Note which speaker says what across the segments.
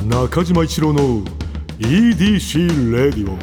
Speaker 1: 中島一郎の EDC レディオ。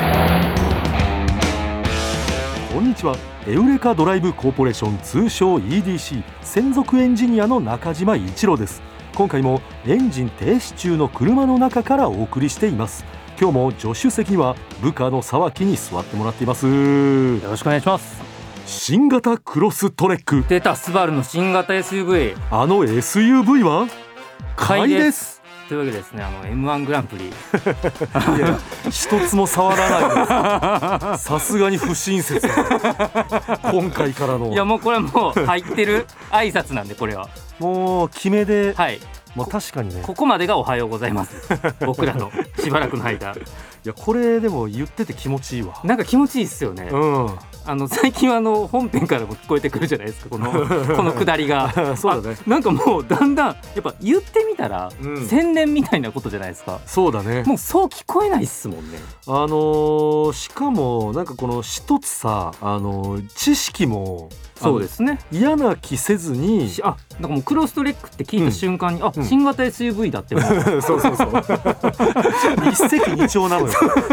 Speaker 1: こんにちは。エウレカドライブコーポレーション、通称 EDC 専属エンジニアの中島一郎です。今回もエンジン停止中の車の中からお送りしています。今日も助手席には部下の沢木に座ってもらっています。
Speaker 2: よろしくお願いします。
Speaker 1: 新型クロストレック、
Speaker 2: 出たスバルの新型 SUV、
Speaker 1: あの SUV は買いです。
Speaker 2: というわけでですね、M1 グランプリ
Speaker 1: いや一つも触らないです。さすがに不親切。今回からの
Speaker 2: いやもうこれはもう入ってる挨拶なんで、これは
Speaker 1: もう決めで、
Speaker 2: はい、
Speaker 1: まあ、確かにね、
Speaker 2: ここまでがおはようございます僕らのしばらくの間。
Speaker 1: いやこれでも言ってて気持ちいいわ。
Speaker 2: なんか気持ちいいっすよね、
Speaker 1: うん、
Speaker 2: 最近は本編からも聞こえてくるじゃないですか、この下りが
Speaker 1: そうだね。
Speaker 2: なんかもうだんだんやっぱ言ってみたら、宣伝みたいなことじゃないですか。
Speaker 1: そうだね。
Speaker 2: もうそう聞こえないっすもんね。
Speaker 1: しかもなんかこの一つさ、知識も
Speaker 2: そうですね、
Speaker 1: 嫌な気せずに、
Speaker 2: なんかもうクロストレックって聞いた瞬間に、新型 SUV だって思う
Speaker 1: そうそうそう一石二鳥なのよ。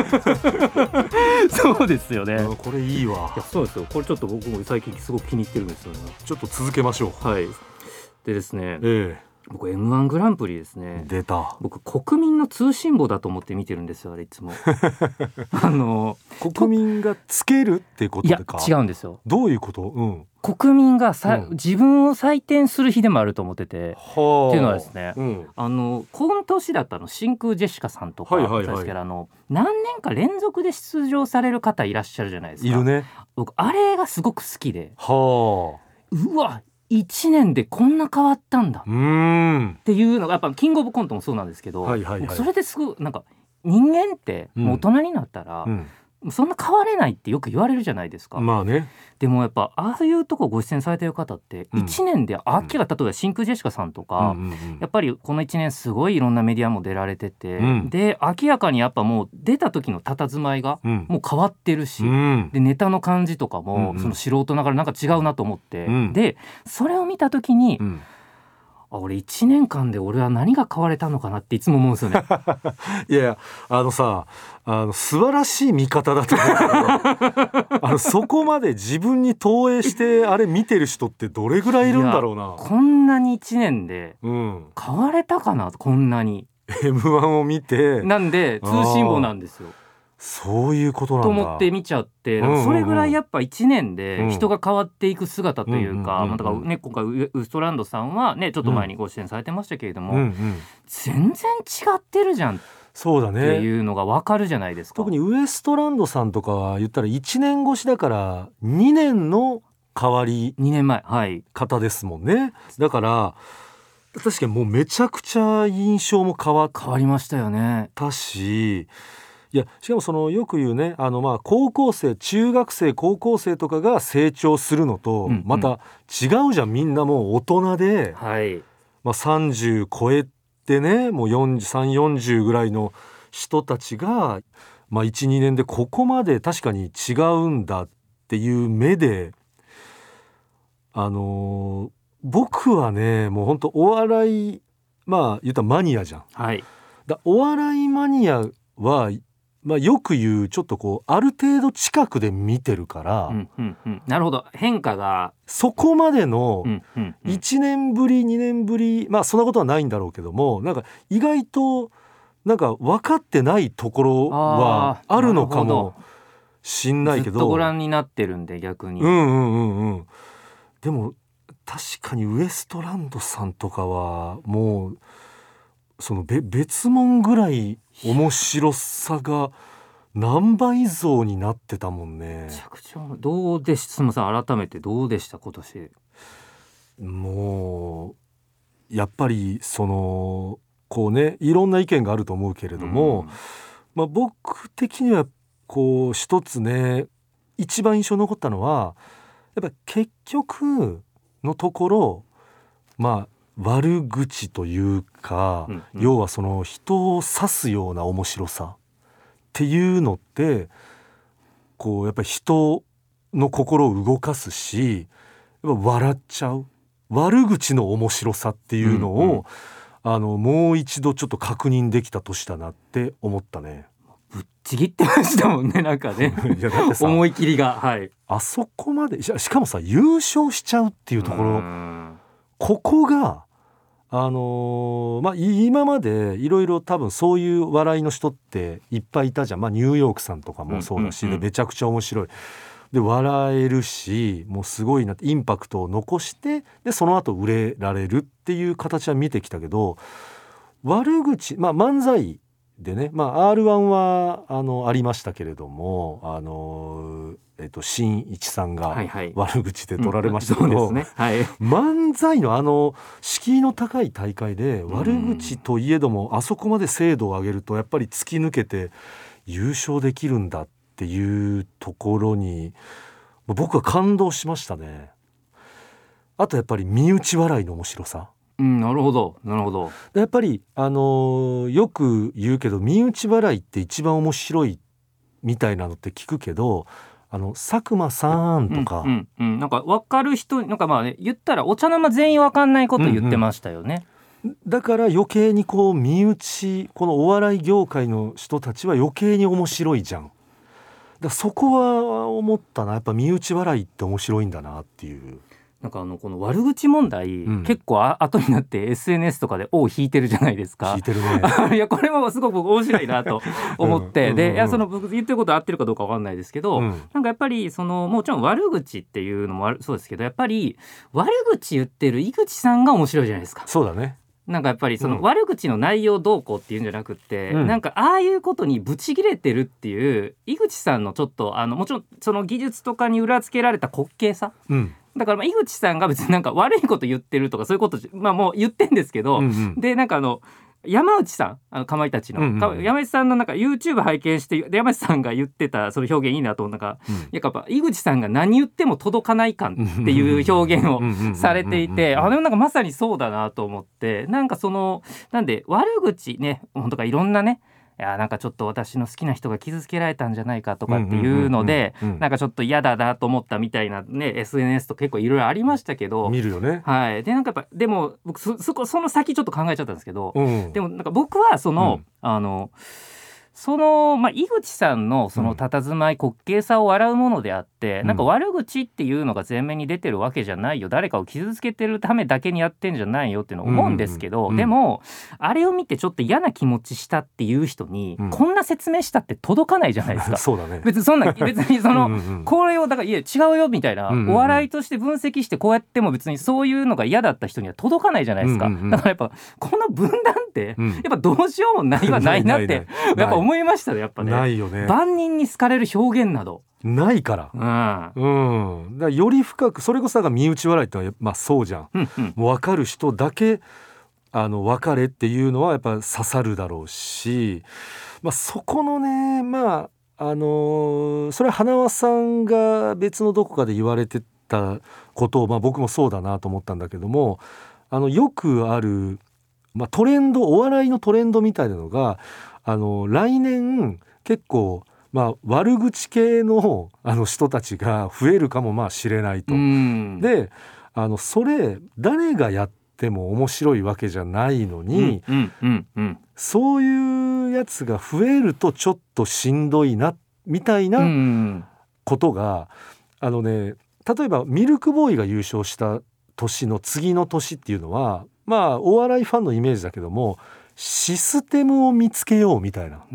Speaker 2: そうですよね、
Speaker 1: これいいわ。
Speaker 2: いやそうですよ。これちょっと僕も最近すごく気に入ってるんですよね。
Speaker 1: ちょっと続けましょう。
Speaker 2: はい。でですね、僕 M1 グランプリですね、
Speaker 1: 出た。
Speaker 2: 僕国民の通信簿だと思って見てるんですよ、あれいつも。
Speaker 1: 国民がつけるってことでか。
Speaker 2: いや違うんですよ。
Speaker 1: どういうこと？
Speaker 2: 国民が自分を採点する日でもあると思ってて、っていうのはですね、今年だった真空ジェシカさんとかですけど、何年か連続で出場される方いらっしゃるじゃないですか。
Speaker 1: いるね。
Speaker 2: 僕あれがすごく好きで、
Speaker 1: う
Speaker 2: わ1年でこんな変わったんだっていうのが、やっぱキングオブコントもそうなんですけど、それですごいなんか人間ってもう大人になったら、そんな変われないってよく言われるじゃないですか。
Speaker 1: まあね。
Speaker 2: でもやっぱああいうとこご出演されてる方って1年で例えば真空ジェシカさんとか、やっぱりこの1年すごいいろんなメディアも出られてて、で明らかにやっぱもう出た時の佇まいがもう変わってるし、でネタの感じとかもその素人ながらなんか違うなと思って、でそれを見た時に、俺1年間で俺は何が変われたのかなっていつも思うんですよね。
Speaker 1: いやさ、素晴らしい見方だと思うけどそこまで自分に投影してあれ見てる人ってどれぐらいいるんだろうな。
Speaker 2: こんなに1年で変われたかな、こんなに。
Speaker 1: M1 を見て、
Speaker 2: なんで通信簿なんですよ。
Speaker 1: そういうことなんだ
Speaker 2: と思って見ちゃって、それぐらいやっぱ1年で人が変わっていく姿というか、だからね、今回ウエストランドさんはねちょっと前にご出演されてましたけれども、全然違ってるじゃん
Speaker 1: そうだねって
Speaker 2: いうのが分かるじゃないですか。
Speaker 1: 特にウエストランドさんとかは言ったら1年越しだから2年の変わり
Speaker 2: 2年前
Speaker 1: 方ですもんね。だから確かにもうめちゃくちゃ印象も変わ
Speaker 2: りましたよね。
Speaker 1: し、いやしかもよく言うね、高校生、中学生、高校生とかが成長するのとまた違うじゃん。みんなもう大人で、30超えてね、もう43、40ぐらいの人たちが、1、2年でここまで確かに違うんだっていう目で、僕はねもう本当お笑い言ったらマニアじゃん。お笑いマニアはよく言うちょっとある程度近くで見てるから、
Speaker 2: なるほど、変化が
Speaker 1: そこまでの1年ぶり2年ぶりそんなことはないんだろうけども、なんか意外となんか分かってないところはあるのかもしんないけど、
Speaker 2: ずっとご覧になってるんで逆に。
Speaker 1: でも確かにウエストランドさんとかはもう別物ぐらい面白さが何倍以上になってたもんね。
Speaker 2: めちゃくちゃどうでした？すみません、改めてどうでした今年？
Speaker 1: もうやっぱりこうね、いろんな意見があると思うけれども、僕的には一つね一番印象に残ったのは、やっぱ結局のところ悪口というか、要は人を刺すような面白さっていうのってやっぱり人の心を動かすし、やっぱ笑っちゃう悪口の面白さっていうのを、 もう一度ちょっと確認できた年だなって思ったね。
Speaker 2: ぶっちぎってましたもんねなんかね
Speaker 1: いやだってさ
Speaker 2: 思い切りが、はい、
Speaker 1: あそこまでしかもさ優勝しちゃうっていうところ、ここが今までいろいろ多分そういう笑いの人っていっぱいいたじゃん、ニューヨークさんとかもそうだし、でめちゃくちゃ面白いで笑えるしもうすごいなってインパクトを残してでその後売れられるっていう形は見てきたけど、悪口漫才でね、R1 はありましたけれども新一さんが悪口で取られましたけど、漫才の敷居の高い大会で悪口といえどもあそこまで精度を上げるとやっぱり突き抜けて優勝できるんだっていうところに僕は感動しましたね。あとやっぱり身内笑いの面白さ、
Speaker 2: なるほどなるほど。
Speaker 1: やっぱりよく言うけど身内笑いって一番面白いみたいなのって聞くけど佐久間さんとか、
Speaker 2: なんか分かる人なんか言ったらお茶の間全員分かんないこと言ってましたよね、
Speaker 1: だから余計にこう身内このお笑い業界の人たちは余計に面白いじゃん。だそこは思ったな、やっぱ身内笑いって面白いんだなっていう。
Speaker 2: なんかこの悪口問題、結構後になって SNS とかで尾を引いてるじゃないですか。
Speaker 1: 引いてるね
Speaker 2: いやこれもすごく面白いなと思ってでその僕言ってること合ってるかどうか分かんないですけど、なんかやっぱりもちろん悪口っていうのもそうですけどやっぱり悪口言ってる井口さんが面白いじゃないですか。
Speaker 1: そうだね。
Speaker 2: なんかやっぱりその悪口の内容どうこうっていうんじゃなくって、なんかああいうことにブチ切れてるっていう井口さんのちょっともちろんその技術とかに裏付けられた滑稽さ、だから井口さんが別になんか悪いこと言ってるとかそういうこともう言ってんですけど、でなんか山内さんかまいたちの、山内さんのなんか YouTube 拝見して山内さんが言ってたその表現いいなとなんか、やっぱ井口さんが何言っても届かない感っていう表現をされていてでもなんかまさにそうだなと思ってなんかなんで悪口ね本当かいろんなねいやなんかちょっと私の好きな人が傷つけられたんじゃないかとかっていうのでなんかちょっと嫌だなと思ったみたいなね SNS と結構いろいろありましたけど
Speaker 1: 見るよね。
Speaker 2: はい、でなんかやっぱでも僕その先ちょっと考えちゃったんですけど、でもなんか僕は井口さんのその佇まい滑稽さを笑うものであって、なんか悪口っていうのが前面に出てるわけじゃないよ誰かを傷つけてるためだけにやってんじゃないよっていうのを思うんですけど、でもあれを見てちょっと嫌な気持ちしたっていう人に、こんな説明したって届かないじゃないですか。
Speaker 1: そうだね。
Speaker 2: 別にこれをだからいや違うよみたいな、お笑いとして分析してこうやっても別にそういうのが嫌だった人には届かないじゃないですか。だからやっぱこの分断ってやっぱどうしようもないはないなってやっぱ思いましたね。やっぱね
Speaker 1: ないよね。
Speaker 2: 万人に好かれる表現など
Speaker 1: ないから、だからより深くそれこそが身内笑いってのはそうじゃん、もう分かる人だけ分かれっていうのはやっぱ刺さるだろうし、そこのねそれは花輪さんが別のどこかで言われてたことを、僕もそうだなと思ったんだけどもよくある、トレンドお笑いのトレンドみたいなのが来年結構悪口系の人たちが増えるかもしれないと。でそれ誰がやっても面白いわけじゃないのに、そういうやつが増えるとちょっとしんどいなみたいなことが例えばミルクボーイが優勝した年の次の年っていうのはお笑いファンのイメージだけどもシステムを見つけようみたいな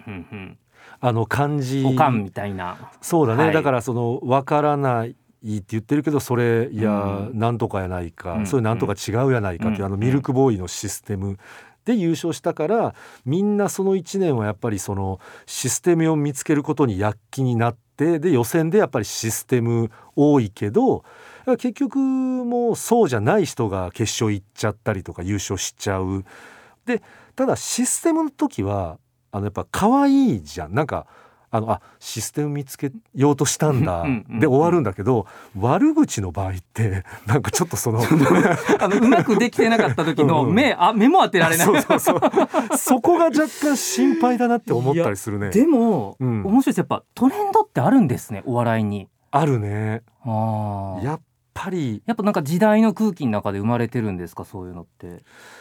Speaker 1: 感じ。
Speaker 2: おかんみたいな。
Speaker 1: そうだね、だから分からないって言ってるけどそれいやなんとかやないか、それなんとか違うやないかっていうミルクボーイのシステムで優勝したからみんなその1年はやっぱりそのシステムを見つけることに躍起になってで予選でやっぱりシステム多いけど結局もうそうじゃない人が決勝行っちゃったりとか優勝しちゃう。でただシステムの時はやっぱ可愛いじゃん。なんかシステム見つけようとしたんだで終わるんだけど悪口の場合ってなんかちょっと
Speaker 2: うまくできてなかった時の目も当てられない
Speaker 1: そこが若干心配だなって思ったりするね。
Speaker 2: でも、面白いです。やっぱトレンドってあるんですねお笑いに。
Speaker 1: あるね。やっぱり
Speaker 2: なんか時代の空気の中で生まれてるんですかそういうのって。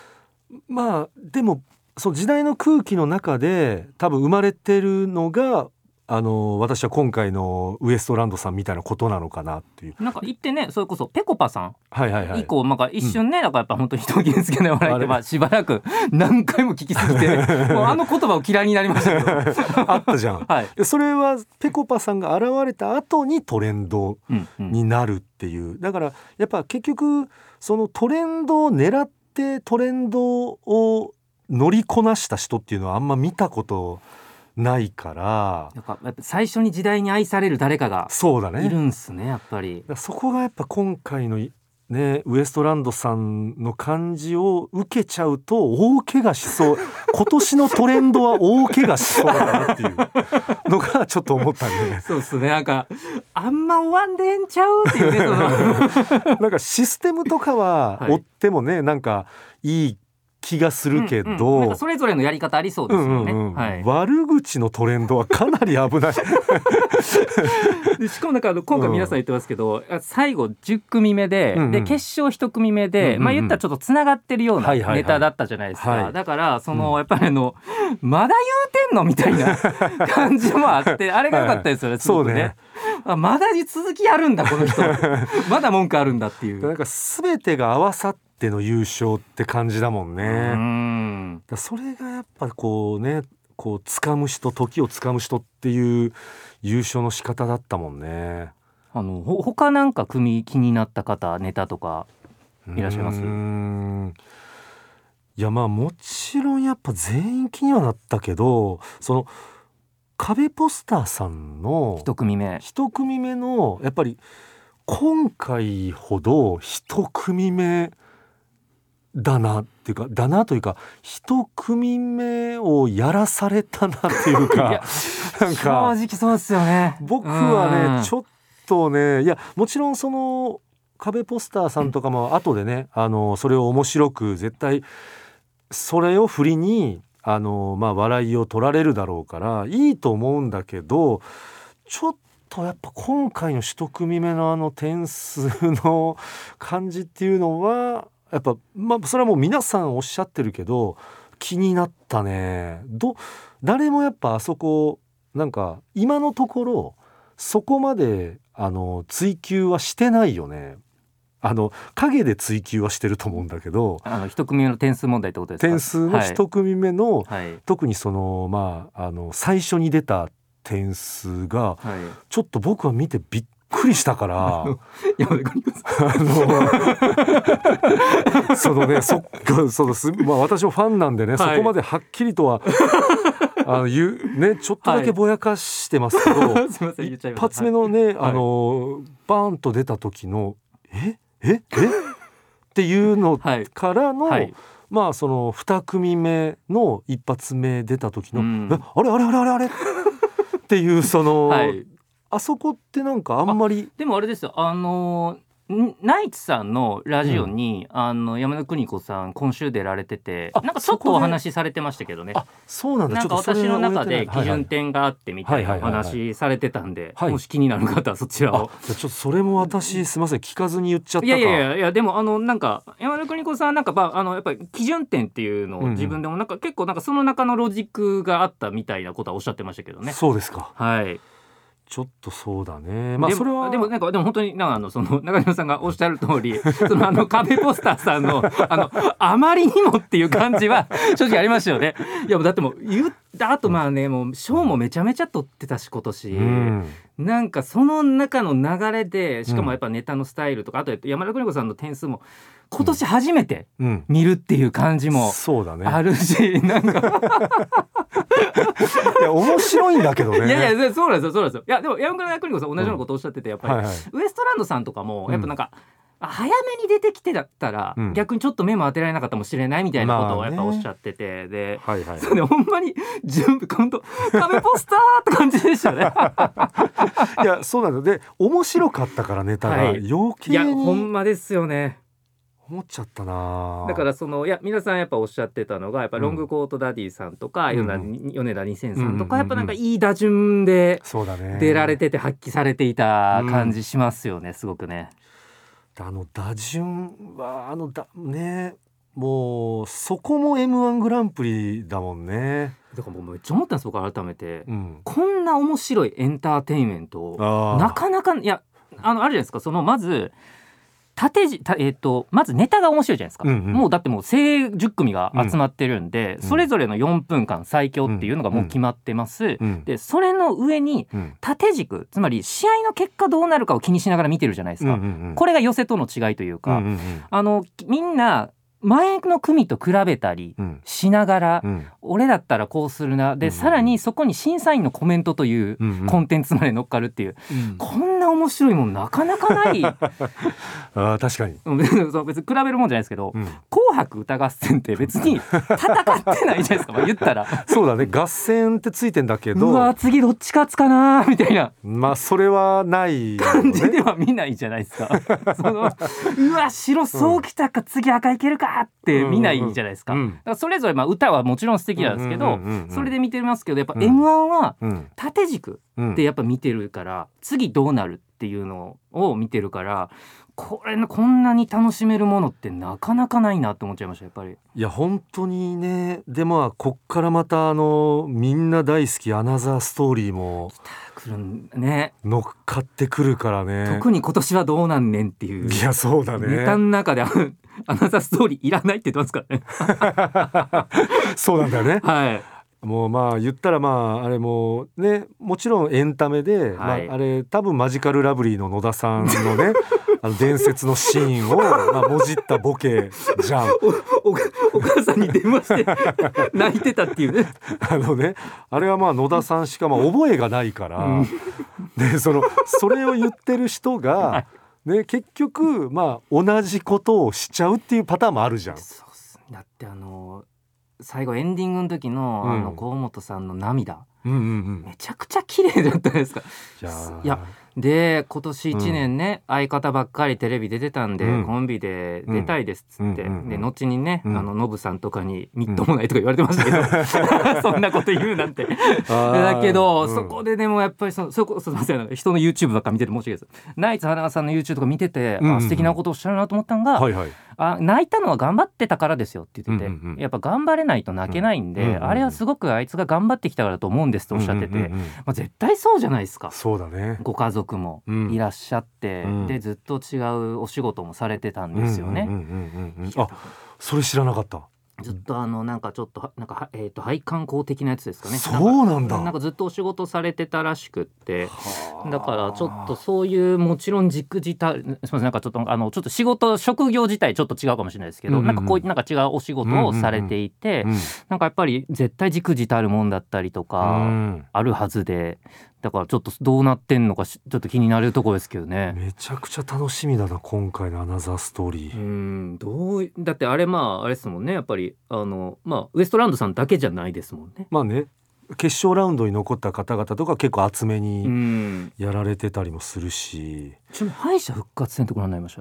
Speaker 1: まあでもその時代の空気の中で多分生まれてるのが私は今回のウエストランドさんみたいなことなのかなっていう。
Speaker 2: なんか言ってね、それこそぺこぱさん、
Speaker 1: はいはいはい、
Speaker 2: 以降なんか一瞬ね、だからやっぱ本当に人を傷つけない笑いって、まあしばらく何回も聞きすぎてもうあの言葉を嫌いになりましたけど
Speaker 1: あったじゃん、
Speaker 2: はい、
Speaker 1: でそれはぺこぱさんが現れた後にトレンドになるっていう、だからやっぱ結局そのトレンドを狙ってトレンドを乗りこなした人っていうのはあんま見たことないから、
Speaker 2: やっぱ最初に時代に愛される誰かが
Speaker 1: そうだね、
Speaker 2: いるんすね、やっぱり。
Speaker 1: そこがやっぱ今回のねウエストランドさんの感じを受けちゃうと大怪我しそう今年のトレンドは大怪我しそうだなっていうのがちょっと思ったんで
Speaker 2: そうですね、なんかあんま終わんでんちゃうっていうね
Speaker 1: なんかシステムとかは追ってもね、なんかいい気がするけど、
Speaker 2: なんかそれぞれのやり方ありそうですよね、はい、
Speaker 1: 悪口のトレンドはかなり危ない
Speaker 2: でしかもなんか今回皆さん言ってますけど、最後10組目で、で決勝1組目で、まあ言ったらちょっとつながってるようなネタだったじゃないですか、だからその、やっぱりまだ言うてんのみたいな感じもあってあれが良かったですよね、すごくね。まだ続きあるんだこの人まだ文句あるんだっていう、
Speaker 1: なんか全てが合わさっての優勝って感じだもんね。それがやっぱこうね、こう掴む人、時を掴む人っていう優勝の仕方だったもんね。
Speaker 2: 他なんか組気になった方、ネタとかいらっしゃいます？
Speaker 1: いやまあもちろんやっぱ全員気にはなったけど、その壁ポスターさんの
Speaker 2: 一組目
Speaker 1: のやっぱり今回ほど一組目だなというか一組目をやらされたなっていうか
Speaker 2: なんか正直そうですよね。
Speaker 1: 僕はねちょっとね、いやもちろんその壁ポスターさんとかも後でね、それを面白く絶対それを振りにまあ笑いを取られるだろうからいいと思うんだけど、ちょっとやっぱ今回の一組目の点数の感じっていうのはやっぱまあそれはもう皆さんおっしゃってるけど気になったね。誰もやっぱあそこなんか今のところそこまで追求はしてないよね。影で追求はしてると思うんだけど、
Speaker 2: 一組目の点数問題ってことですか？
Speaker 1: 点数の一組目の、
Speaker 2: はい、
Speaker 1: 特にそのまあ最初に出た点数が、はい、ちょっと僕は見てびっくりしたからそのねまあ私もファンなんでね、はい、そこまではっきりとはね、ちょっとだけぼやかしてますけど、はい、一発目のね、はい、バーンと出た時のっていうのからの、はい、まあその2組目の一発目出た時の、あれっていうその、はい、あそこってなんかあんまり
Speaker 2: でもあれですよ、ナイツさんのラジオに、山田邦子さん今週出られてて、なんかちょっとお話しされてましたけどね。
Speaker 1: そうなんだ。
Speaker 2: なんか私の中で基準点があってみたいなお話されてたんで、もし気になる方はそちらを。
Speaker 1: ちょっとそれも私すみません、聞かずに言っちゃったか。
Speaker 2: いやでもなんか山田邦子さんなんかやっぱり基準点っていうのを自分でもなんか結構なんかその中のロジックがあったみたいなことはおっしゃってましたけどね。
Speaker 1: そうですか。
Speaker 2: はい。
Speaker 1: ちょっとそうだね。まあそれは
Speaker 2: でも本当にその中島さんがおっしゃる通り、その壁ポスターさんのあまりにもっていう感じは正直ありましたよね。いやだってもう言った後まあね、もう賞もめちゃめちゃ取ってたし今年、なんかその中の流れで、しかもやっぱネタのスタイルとか、あと山田邦子さんの点数も今年初めて見るっていう感じもあるし、なんか
Speaker 1: いや面白いんだけどね。
Speaker 2: いやそうなんですよ。いやでも山田邦子さん同じようなことをおっしゃってて、やっぱり、ウエストランドさんとかもやっぱなんか、早めに出てきてだったら、逆にちょっと目も当てられなかったかもしれないみたいなことをやっぱおっしゃってて、で、それでほんまに本当壁ポスターって感じでしたね。
Speaker 1: いやそうなので面白かったからネタが、余計に
Speaker 2: いやほんまですよね。
Speaker 1: 思っちゃったな。
Speaker 2: だから皆さんやっぱおっしゃってたのが、やっぱロングコートダディさんとか、米田2000さんとか、やっぱなんかいい打順で出られてて発揮されていた感じしますよね、すごくね。
Speaker 1: 打順はねもうそこも M1 グランプリだもんね。
Speaker 2: だからもうめっちゃ思ったんですよ改めて、
Speaker 1: うん
Speaker 2: こんな面白いエンターテインメントをなかなかいやあるじゃないですか。そのまずまずネタが面白いじゃないですか、もうだってもう精10組が集まってるんで、それぞれの4分間最強っていうのがもう決まってます、でそれの上に縦軸、つまり試合の結果どうなるかを気にしながら見てるじゃないですか、これが寄せとの違いというか、みんな前の組と比べたりしながら、俺だったらこうするなで、さらにそこに審査員のコメントというコンテンツまで乗っかるっていう、こんな面白いもんなかなかない
Speaker 1: あ確かに
Speaker 2: そう別に比べるもんじゃないですけど、紅白歌合戦って別に戦ってないじゃないですか、言ったら
Speaker 1: そうだね、合戦ってついてんだけど、
Speaker 2: うわ次どっち勝つかなみたいな
Speaker 1: まあそれはない
Speaker 2: 感じでは見ないじゃないですかうわ白そうきたか、次赤いけるかって見ないじゃないですか、だからそれぞれまあ歌はもちろん素敵なんですけど、それで見てますけど、やっぱ M1 は縦軸でやっぱ見てるから、次どうなるっていうのを見てるから、こんなに楽しめるものってなかなかないなって思っちゃいましたやっぱり。
Speaker 1: いや本当にね。でこっからまたみんな大好きアナザーストーリーも
Speaker 2: 来るね、
Speaker 1: 乗っかってくるからね。
Speaker 2: 特に今年はどうなんねんっていう。
Speaker 1: いやそうだね、
Speaker 2: ネタの中でアナザーストーリーいらないって言ってますからね
Speaker 1: そうなんだよね、
Speaker 2: はい。
Speaker 1: もうまあ言ったらあれもね、もちろんエンタメで、あれ多分マジカルラブリーの野田さんのね伝説のシーンを、もじったボケじゃん
Speaker 2: お母さんに電話して泣いてたっていうね
Speaker 1: あれは野田さんしか覚えがないから、でそれを言ってる人が、ね、結局同じことをしちゃうっていうパターンもあるじゃん。
Speaker 2: そうっす。だって最後エンディングの時の、河本さんの涙、めちゃくちゃ綺麗だったですか。いやで今年1年ね、相方ばっかりテレビ出てたんで、コンビで出たいですっつって、で後にね、ノブさんとかにみっともないとか言われてましたけどそんなこと言うなんてだけど、そこででもやっぱりすいません、人の YouTube ばっか見てて申し訳ないです。ナイツ花輪さんの YouTube とか見てて、素敵なことをおっしゃるなと思ったのが、泣いたのは頑張ってたからですよって言ってて、やっぱ頑張れないと泣けないんで、あれはすごくあいつが頑張ってきたからだと思うんですとおっしゃってて、絶対そうじゃないですか。
Speaker 1: そうだね。
Speaker 2: ご家族もいらっしゃって、でずっと違うお仕事もされてたんですよね。
Speaker 1: あ、それ知らなかった。
Speaker 2: ずっとなんかちょっと配管工的なやつですかね。
Speaker 1: そうなんだ。
Speaker 2: なんかずっとお仕事されてたらしくって、だからちょっとそういうもちろん軸自体すみません、なんかちょっとちょっと職業自体ちょっと違うかもしれないですけど、なんかこういうなんか違うお仕事をされていて、なんかやっぱり絶対軸自体あるもんだったりとかあるはずで、だからちょっとどうなってんのかちょっと気になるところですけどね。
Speaker 1: めちゃくちゃ楽しみだな今回のアナザーストーリー。
Speaker 2: だってあれあれですもんね、やっぱりウエストランドさんだけじゃないですもんね。
Speaker 1: 決勝ラウンドに残った方々とか結構厚めにやられてたりもするし。
Speaker 2: ちなみに敗者復活戦ってご覧になりました？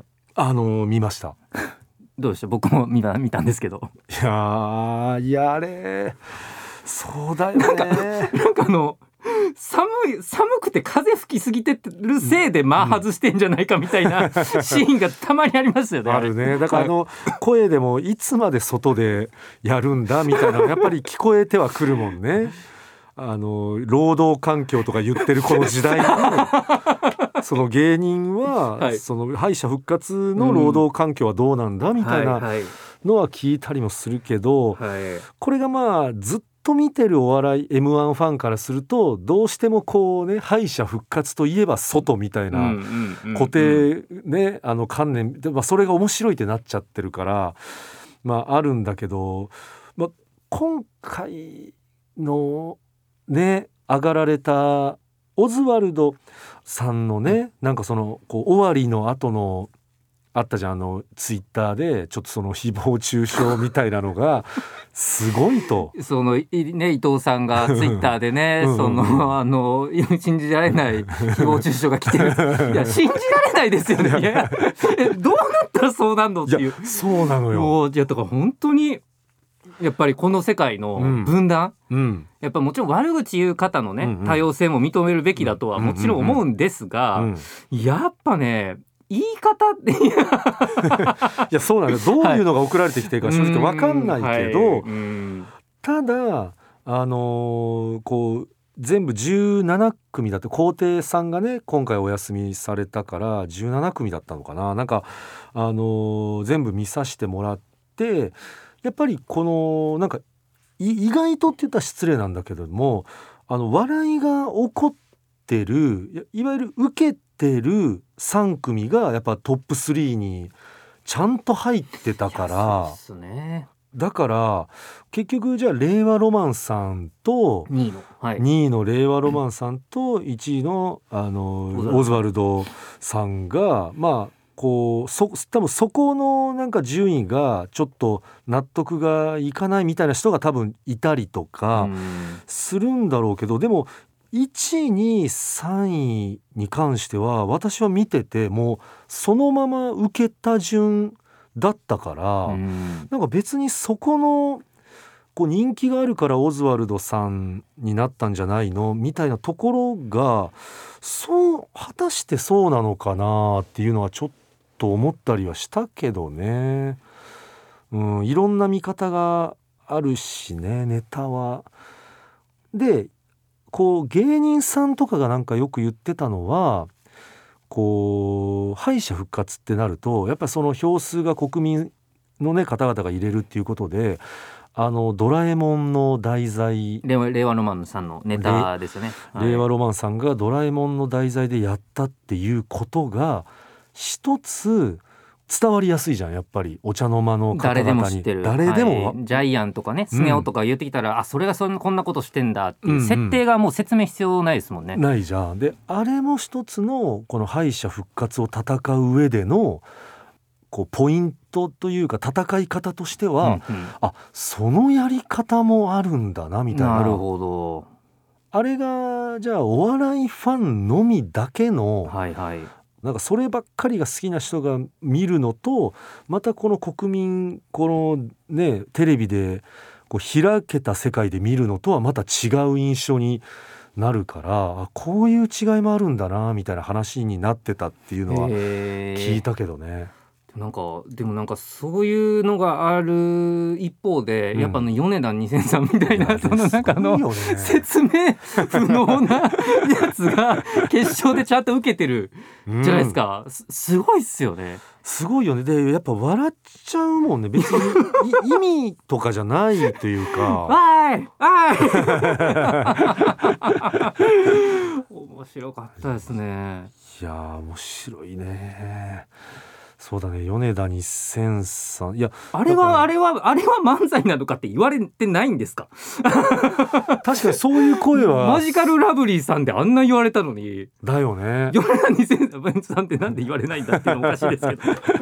Speaker 1: 見ました
Speaker 2: どうでした？僕も見たんですけど、
Speaker 1: いやあれそうだよね。
Speaker 2: なんか寒くて風吹きすぎてるせいで外してんじゃないかみたいなシーンがたまにありますよね。
Speaker 1: あるね。だから声でもいつまで外でやるんだみたいなやっぱり聞こえてはくるもんね。労働環境とか言ってるこの時代にその芸人は、その敗者復活の労働環境はどうなんだみたいなのは聞いたりもするけど、これがずっと見てるお笑い M1 ファンからするとどうしてもこうね、敗者復活といえば外みたいな固定ね、観念で、それが面白いってなっちゃってるからあるんだけど、今回のね上がられたオズワルドさんのね、なんか終わりの後のあったじゃん、ツイッターでちょっと誹謗中傷みたいなのがすごいと
Speaker 2: 伊藤さんがツイッターでね信じられない誹謗中傷が来てるいや信じられないですよね。いやどうなったらそうなんのっていう。
Speaker 1: そうなのよ。
Speaker 2: だから本当にやっぱりこの世界の分断、やっぱもちろん悪口言う方のね、多様性も認めるべきだとはもちろん思うんですが、やっぱね言い方ってい
Speaker 1: やそうなんだ、どういうのが送られてきてるか正直分かんないけど、ただこう全部17組だって、皇帝さんがね今回お休みされたから17組だったのかな、なんか全部見させてもらって、やっぱりこのなんか意外とって言ったら失礼なんだけども、笑いが起こってる いわゆる受けてる3組がやっぱトップ3にちゃんと入ってたから、
Speaker 2: そうですね、
Speaker 1: だから結局じゃあ令和ロマンさんと
Speaker 2: 2位の、
Speaker 1: 2位の令和ロマンさんと1位の、オズワルドさんがまあこう多分そこのなんか順位がちょっと納得がいかないみたいな人が多分いたりとかするんだろうけど、でも1位2位3位に関しては私は見ててもうそのまま受けた順だったから、なんか別にそこのこう人気があるからオズワルドさんになったんじゃないのみたいなところが果たしてそうなのかなっていうのはちょっと思ったりはしたけどね、いろんな見方があるしね、ネタは。でこう芸人さんとかがなんかよく言ってたのは、こう敗者復活ってなるとやっぱりその票数が国民のね方々が入れるっていうことで、ドラえもんの題材、
Speaker 2: 令和ロマンさんのネタですよね、
Speaker 1: 令和ロマンさんがドラえもんの題材でやったっていうことが一つ伝わりやすいじゃん、やっぱりお茶の間の方々に。
Speaker 2: 誰でも知ってる、
Speaker 1: 誰でも、
Speaker 2: ジャイアンとかねスネ夫とか言ってきたら、それがこんなことしてんだっていう設定がもう説明必要ないですもんね、
Speaker 1: ないじゃん。であれも一つのこの敗者復活を戦う上でのこうポイントというか戦い方としては、そのやり方もあるんだなみたいな。
Speaker 2: なるほど。
Speaker 1: あれがじゃあお笑いファンのみだけの、なんかそればっかりが好きな人が見るのと、またこの国民このねテレビでこう開けた世界で見るのとはまた違う印象になるから、こういう違いもあるんだなみたいな話になってたっていうのは聞いたけどね。
Speaker 2: でもなんかそういうのがある一方で、やっぱ米田2000さんみたいなそのなんか説明不能なやつが決勝でちゃんと受けてるじゃないですか、すごいっすよね。
Speaker 1: すごいよね。でやっぱ笑っちゃうもんね、別に意味とかじゃないというか
Speaker 2: わーい面白かったですね。
Speaker 1: いや面白いね。そうだね、米田2000さん、いや
Speaker 2: あれは漫才なのかって言われてないんですか
Speaker 1: 確かにそういう声は
Speaker 2: マジカルラブリーさんであんな言われたのに
Speaker 1: だよね。
Speaker 2: 米田2000さんってなんで言われないんだっていうのおかしいですけ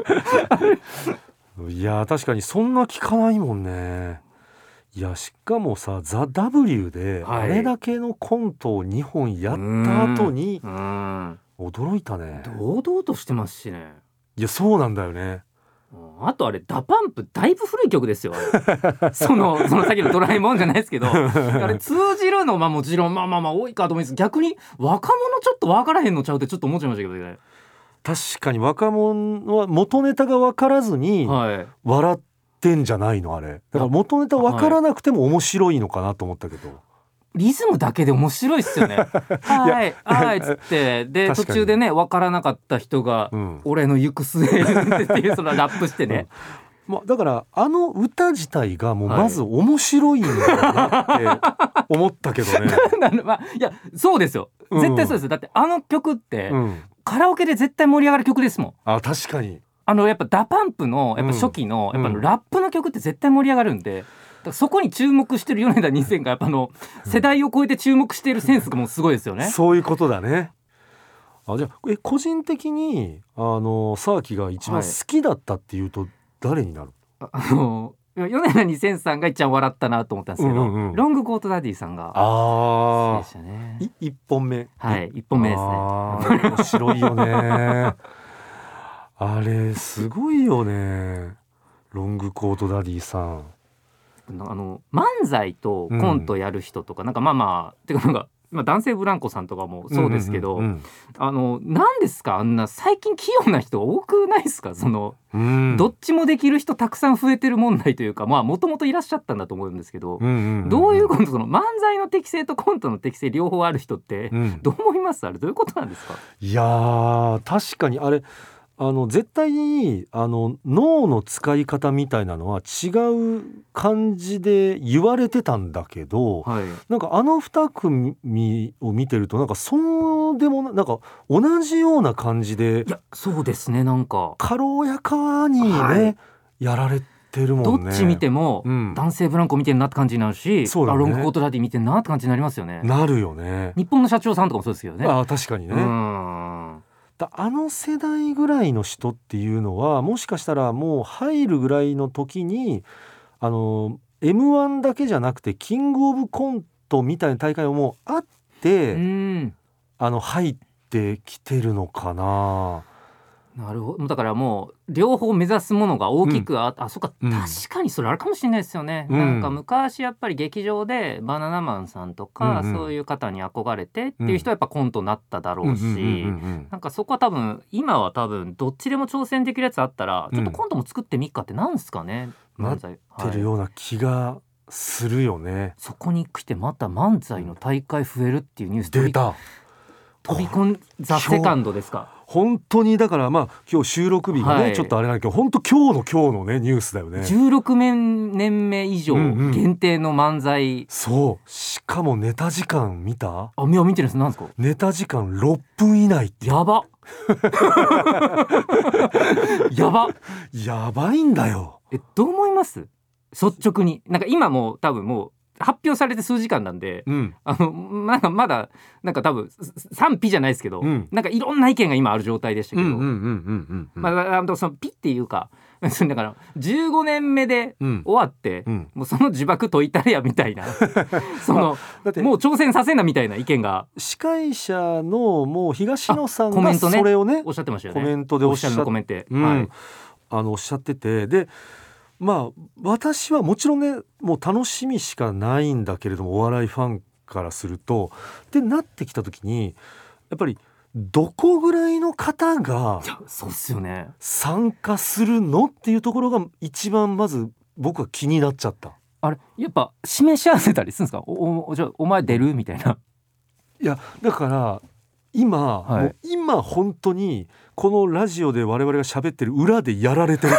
Speaker 1: どいや確かにそんな聞かないもんね。いやしかもさザ・ W であれだけのコントを2本やった後に驚いたね。
Speaker 2: 堂々としてますしね。
Speaker 1: いやそうなんだよね。
Speaker 2: あとあれダパンプだいぶ古い曲ですよそのさっきのドラえもんじゃないですけどあれ通じるのもちろんまあ多いかと思います。逆に若者ちょっと分からへんのちゃうってちょっと思っちゃいましたけどね。
Speaker 1: 確かに若者は元ネタが分からずに笑ってんじゃないのあれ。だから元ネタ分からなくても面白いのかなと思ったけど、
Speaker 2: リズムだけで面白いっすよねはいっつってで途中でね分からなかった人が、俺の行く末っていうそのラップしてね、
Speaker 1: だから歌自体がもうまず面白いんだなって思ったけどね
Speaker 2: いやそうですよ、絶対そうです。だってあの曲って、カラオケで絶対盛り上がる曲ですもん。
Speaker 1: 確かに
Speaker 2: やっぱダパンプのやっぱ初期の、やっぱラップの曲って絶対盛り上がるんで、そこに注目してる米田2000がやっぱ世代を超えて注目しているセンスがもうすごいですよね。
Speaker 1: そういうことだね。じゃあ個人的に沢木が一番好きだったっていうと誰になる？
Speaker 2: 米田2000さんが一番笑ったなと思ったんですけど、ロングコートダディさんが好きでしたね。
Speaker 1: 1本目
Speaker 2: 1本目ですね。
Speaker 1: 面白いよねあれすごいよね、ロングコートダディさん。
Speaker 2: 漫才とコントやる人とか、なんかてかなんか男性ブランコさんとかもそうですけど、
Speaker 1: うん
Speaker 2: 何ですかあんな最近器用な人多くないですか？どっちもできる人たくさん増えてる問題というか、もともといらっしゃったんだと思うんですけど、どういうこと、漫才の適性とコントの適性両方ある人って、どう思います？あれどういうことなんですか？
Speaker 1: いやー確かにあれ絶対に脳の使い方みたいなのは違う感じで言われてたんだけど、なんか2組を見てるとなんかそうでもなんか同じような感じで、
Speaker 2: いやそうですね、なんか
Speaker 1: 軽やかにね、やられてるもんね。
Speaker 2: どっち見ても、男性ブランコ見てるなって感じになるし、
Speaker 1: そうだね、
Speaker 2: ロングコートダディ見てるなって感じになりますよね。
Speaker 1: なるよね。
Speaker 2: 日本の社長さんとかもそうですけどね。
Speaker 1: 確かにね。世代ぐらいの人っていうのはもしかしたらもう入るぐらいの時にM1 だけじゃなくてキングオブコントみたいな大会ももうあって、入ってきてるのかな。
Speaker 2: なるほど。だからもう両方目指すものが大きくそっか、確かにそれあるかもしれないですよね。なんか昔やっぱり劇場でバナナマンさんとか、そういう方に憧れてっていう人はやっぱコントになっただろうし、なんかそこは多分今はどっちでも挑戦できるやつあったらちょっとコントも作ってみっかってなんですかね、
Speaker 1: なってるような気がするよね。
Speaker 2: そこに来てまた漫才の大会増えるっていうニュース
Speaker 1: 出た。
Speaker 2: 飛び込んザ・セカンドですか。
Speaker 1: 本当にだから今日収録日がね、ちょっとあれなんだけど本当今日のねニュースだよね。
Speaker 2: 16年目以上限定の漫才、
Speaker 1: そうしかもネタ時間見た？
Speaker 2: 見てるんです。なんですか？
Speaker 1: ネタ時間6分以内って。
Speaker 2: やば
Speaker 1: やばいんだよ。
Speaker 2: どう思います？率直に。なんか今もう多分もう発表されて数時間なんで、なんかまだなんか多分賛否じゃないですけど、なんかいろんな意見が今ある状態でしたけど、そのピっていうかだから15年目で終わって、もうその呪縛解いたれやみたいなだってもう挑戦させなみたいな意見が
Speaker 1: 司会者のもう東野さんがそれをね
Speaker 2: おっしゃってましたよね。
Speaker 1: コメントでおっしゃってて、で私はもちろんねもう楽しみしかないんだけれども、お笑いファンからするとってなってきた時にやっぱりどこぐらいの方が
Speaker 2: そうっすよね
Speaker 1: 参加するのっていうところが一番まず僕は気になっちゃった。
Speaker 2: あれやっぱ示し合わせたりするんですか？じゃあお前出るみたいな。
Speaker 1: いやだから今、もう今本当にこのラジオで我々が喋ってる裏でやられてる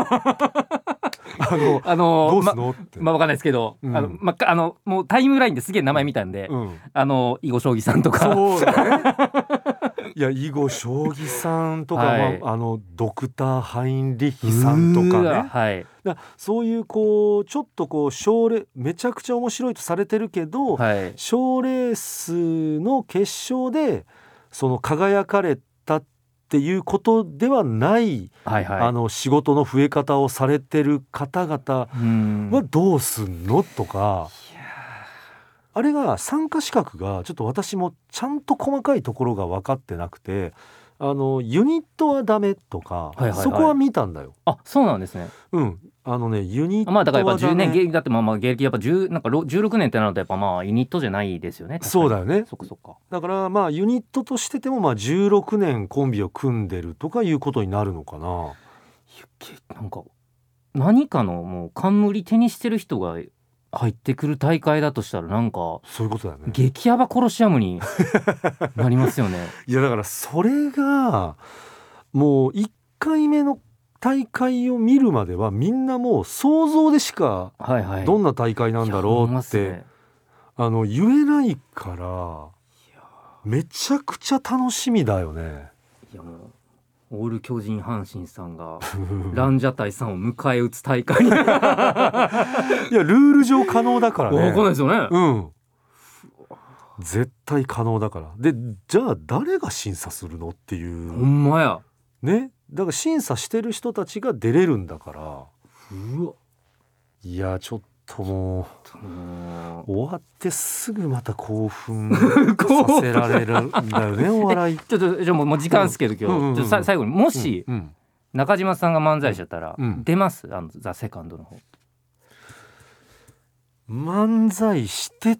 Speaker 1: どうすのって、
Speaker 2: 分かんないですけど、もうタイムラインですげえ名前見たんで、囲碁将棋さんとか
Speaker 1: そうだねいや囲碁将棋さんとか、ドクターハインリッヒさんとかね、そういうちょっとめちゃくちゃ面白いとされてるけど、賞レースの決勝でその輝かれたっていうことではない、仕事の増え方をされてる方々はどうすんのとか、あれが参加資格がちょっと私もちゃんと細かいところが分かってなくて、ユニットはダメとか、そこは見たんだよ。
Speaker 2: あ、そうなんですね。
Speaker 1: ユニットは
Speaker 2: だからやっぱ10年だって芸歴やっぱなんか16年ってなるとやっぱユニットじゃないですよね。
Speaker 1: そうだよね。
Speaker 2: そっか。
Speaker 1: だからユニットとしてても16年コンビを組んでるとかいうことになるのかな。
Speaker 2: なんか何かのもう冠手にしてる人が入ってくる大会だとしたらなんか
Speaker 1: そういうことだよね。
Speaker 2: 激ヤバコロシアムになりますよね。
Speaker 1: いやだからそれがもう1回目の大会を見るまではみんなもう想像でしかどんな大会なんだろうって言えないからめちゃくちゃ楽しみだよね。
Speaker 2: いやもうオール巨人阪神さんがランジャタイさんを迎え撃つ大会にいやル
Speaker 1: ール上可能だからね。
Speaker 2: 分かんないですよね。
Speaker 1: 絶対可能だから。でじゃあ誰が審査するのっていう。
Speaker 2: ほんまや
Speaker 1: ね。だから審査してる人たちが出れるんだから。いやちょっともう終わってすぐまた興奮させられるんだよねお笑い。
Speaker 2: ちょっとじゃあもう時間ですけど今日、最後にもし、中島さんが漫才師だったら、出ます？ザ・セカンドの方。
Speaker 1: 漫才して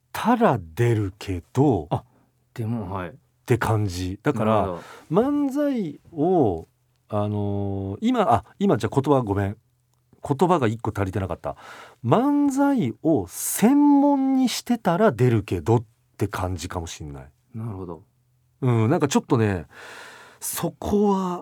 Speaker 1: たら出るけど
Speaker 2: でもはい
Speaker 1: って感じだから、漫才を今じゃあ言葉が一個足りてなかった。漫才を専門にしてたら出るけどって感じかもしんない。
Speaker 2: なるほど。
Speaker 1: なんかちょっとねそこは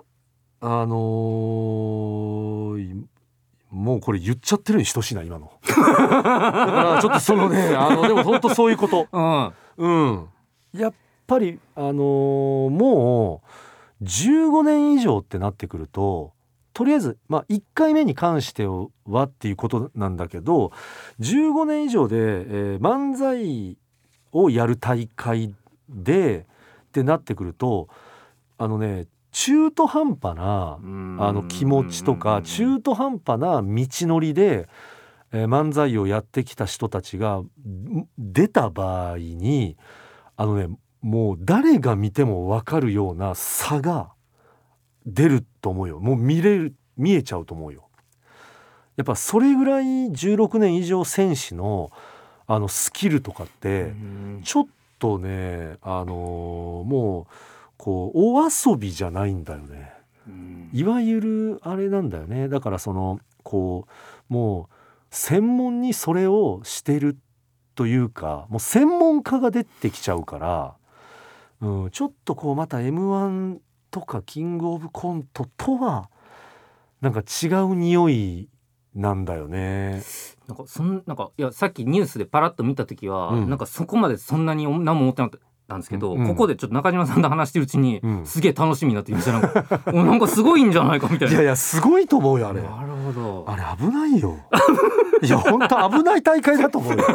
Speaker 1: もうこれ言っちゃってるに等しいな今のだからちょっとそのねでも本当そういうこと、やっぱりもう15年以上ってなってくるととりあえず1回目に関してはっていうことなんだけど15年以上で、漫才をやる大会でってなってくると中途半端な気持ちとか中途半端な道のりで、漫才をやってきた人たちが出た場合にもう誰が見ても分かるような差が出ると思うよ。もう見えちゃうと思うよ。やっぱそれぐらい16年以上戦士のスキルとかってちょっとねもうこうお遊びじゃないんだよね。いわゆるあれなんだよね。だからこうもう専門にそれをしてるというかもう専門家が出てきちゃうから、ちょっとこうまた M1 とかキングオブコントとはなんか違う匂いなんだよね。
Speaker 2: なんかいやさっきニュースでパラッと見た時は、なんかそこまでそんなに何も思ってなかったんですけど、ここでちょっと中島さんと話してるうちに、すげえ楽しみになってきました。なんかすごいんじゃないかみたいな。
Speaker 1: いやすごいと思うよあれ。
Speaker 2: なるほど。
Speaker 1: あれ危ないよ。いや本当危ない大会だと思うよ。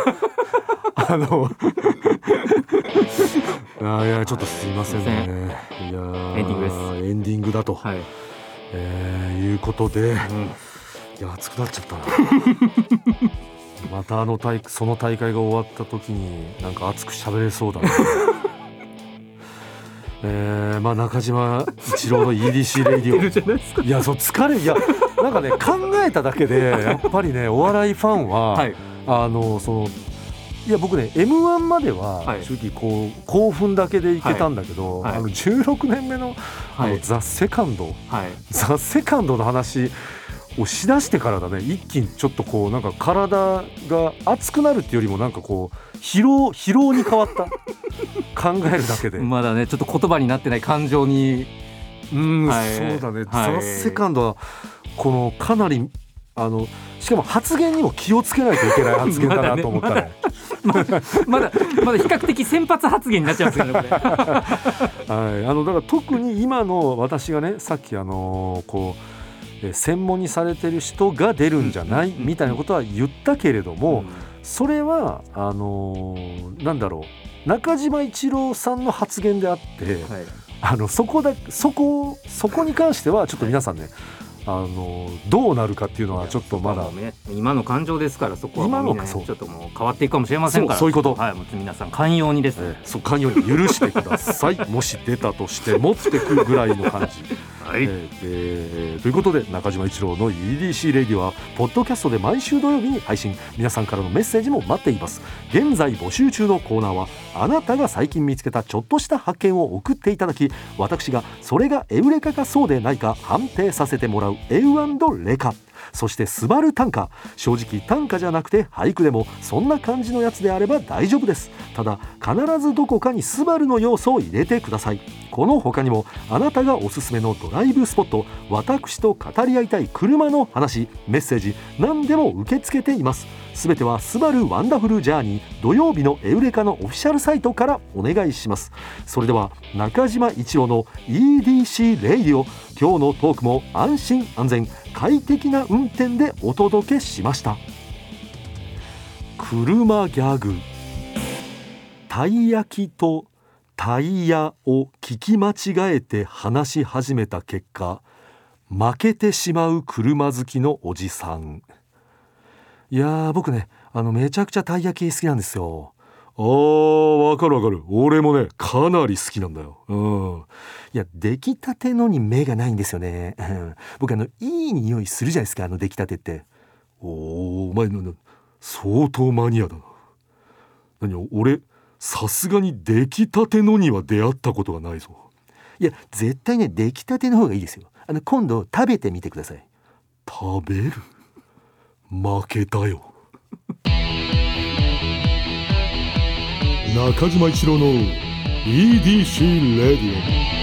Speaker 1: いやちょっとすいませんね。いや
Speaker 2: エンディングです。
Speaker 1: エンディングだと、いうことで、いや熱くなっちゃったな。またその大会が終わった時になんか熱く喋れそうだな。中島一郎の EDC レディオいやそう疲れなんかね考えただけでやっぱりねお笑いファンは、いや僕ね M1 までは正直こう興奮だけでいけたんだけど、16年目のザ・セカンドの話をしだしてからだね一気にちょっとこうなんか体が熱くなるっていうよりもなんかこう疲労に変わった考えるだけで
Speaker 2: まだねちょっと言葉になってない感情に
Speaker 1: そうだね、ザ・セカンドはこのかなりしかも発言にも気をつけないといけない発言だなと思ったね。
Speaker 2: まだ比較的先発発言になっちゃうんですけどね。だ
Speaker 1: から特に今の私がねさっきこう専門にされてる人が出るんじゃないみたいなことは言ったけれども、それはなんだろう中島一郎さんの発言であって、そこに関してはちょっと皆さんねどうなるかっていうのはちょっとまだ、
Speaker 2: 今の感情ですからそこはもうみんな、ちょっともう変わっていくかもしれませんから
Speaker 1: そういうこと、
Speaker 2: もう皆さん寛容にですね、
Speaker 1: 寛容に許してください。もし出たとして持ってくるぐらいの感じということで中島一郎の EDC レディはポッドキャストで毎週土曜日に配信。皆さんからのメッセージも待っています。現在募集中のコーナーはあなたが最近見つけたちょっとした発見を送っていただき私がそれがエウレカかそうでないか判定させてもらうエウ&レカ。そしてスバル短歌、正直短歌じゃなくて俳句でもそんな感じのやつであれば大丈夫です。ただ必ずどこかにスバルの要素を入れてください。この他にもあなたがおすすめのドライブスポット、私と語り合いたい車の話、メッセージ何でも受け付けています。すべてはスバルワンダフルジャーニー土曜日のエウレカのオフィシャルサイトからお願いします。それでは中島一郎の EDC レイディオ、今日のトークも安心安全快適な運転でお届けしました。車ギャグ、たい焼きとタイヤを聞き間違えて話し始めた結果負けてしまう車好きのおじさん。いや僕ねめちゃくちゃたい焼き好きなんですよ。わかるわかる。俺もねかなり好きなんだよ。いや出来たてのに目がないんですよね。僕いい匂いするじゃないですか出来たてって。お前の相当マニアだな。 俺さすがに出来たてのには出会ったことがないぞ。
Speaker 3: いや絶対ね出来たての方がいいですよ。今度食べてみてください。
Speaker 1: 食べる？負けたよ。中島一郎の EDC レディオ。